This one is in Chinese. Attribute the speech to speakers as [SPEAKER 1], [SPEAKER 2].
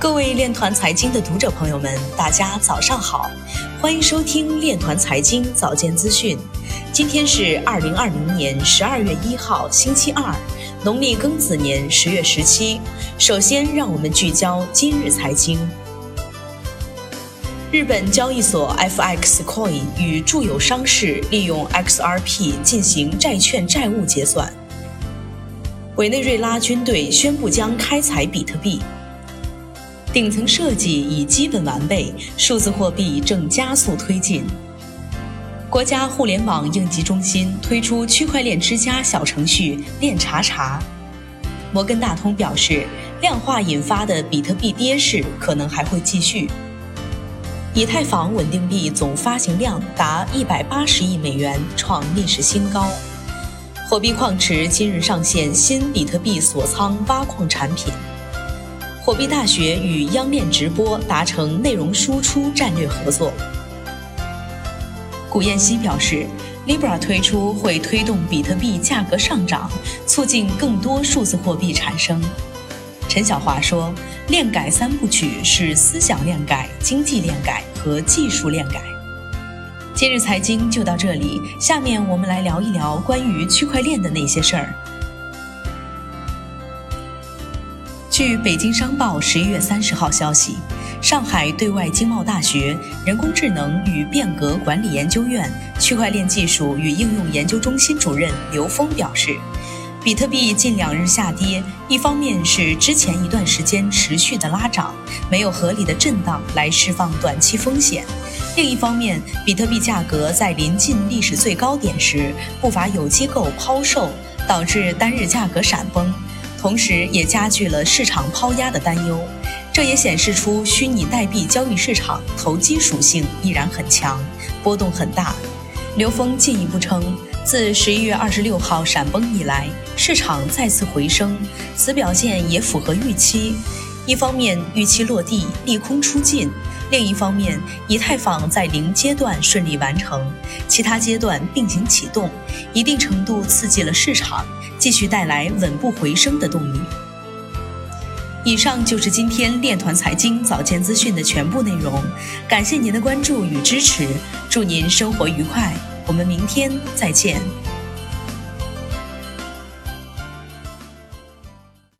[SPEAKER 1] 各位链团财经的读者朋友们，大家早上好，欢迎收听链团财经早间资讯。今天是2020年12月1号，星期二，农历庚子年10月17。首先，让我们聚焦今日财经。日本交易所 FX Coin 与住友商事利用 XRP 进行债券债务结算。委内瑞拉军队宣布将开采比特币。顶层设计已基本完备，数字货币正加速推进。国家互联网应急中心推出区块链之家小程序链查查。摩根大通表示，量化引发的比特币跌势可能还会继续。以太坊稳定币总发行量达180亿美元，创历史新高。火币矿池今日上线新比特币锁仓挖矿产品。火币大学与央链直播达成内容输出战略合作。古彦希表示 ，Libra 推出会推动比特币价格上涨，促进更多数字货币产生。陈晓华说，链改三部曲是思想链改、经济链改和技术链改。今日财经就到这里，下面我们来聊一聊关于区块链的那些事儿。据北京商报11月30号消息，上海对外经贸大学人工智能与变革管理研究院区块链技术与应用研究中心主任刘峰表示，比特币近2日下跌，一方面是之前一段时间持续的拉涨，没有合理的震荡来释放短期风险；另一方面，比特币价格在临近历史最高点时，不乏有机构抛售，导致单日价格闪崩。同时也加剧了市场抛压的担忧，这也显示出虚拟代币交易市场投机属性依然很强，波动很大。刘峰进一步称，自11月26号闪崩以来，市场再次回升，此表现也符合预期。一方面预期落地，利空出尽；另一方面，以太坊在0阶段顺利完成，其他阶段并行启动，一定程度刺激了市场，继续带来稳步回升的动力。以上就是今天链团财经早间资讯的全部内容，感谢您的关注与支持，祝您生活愉快，我们明天再见。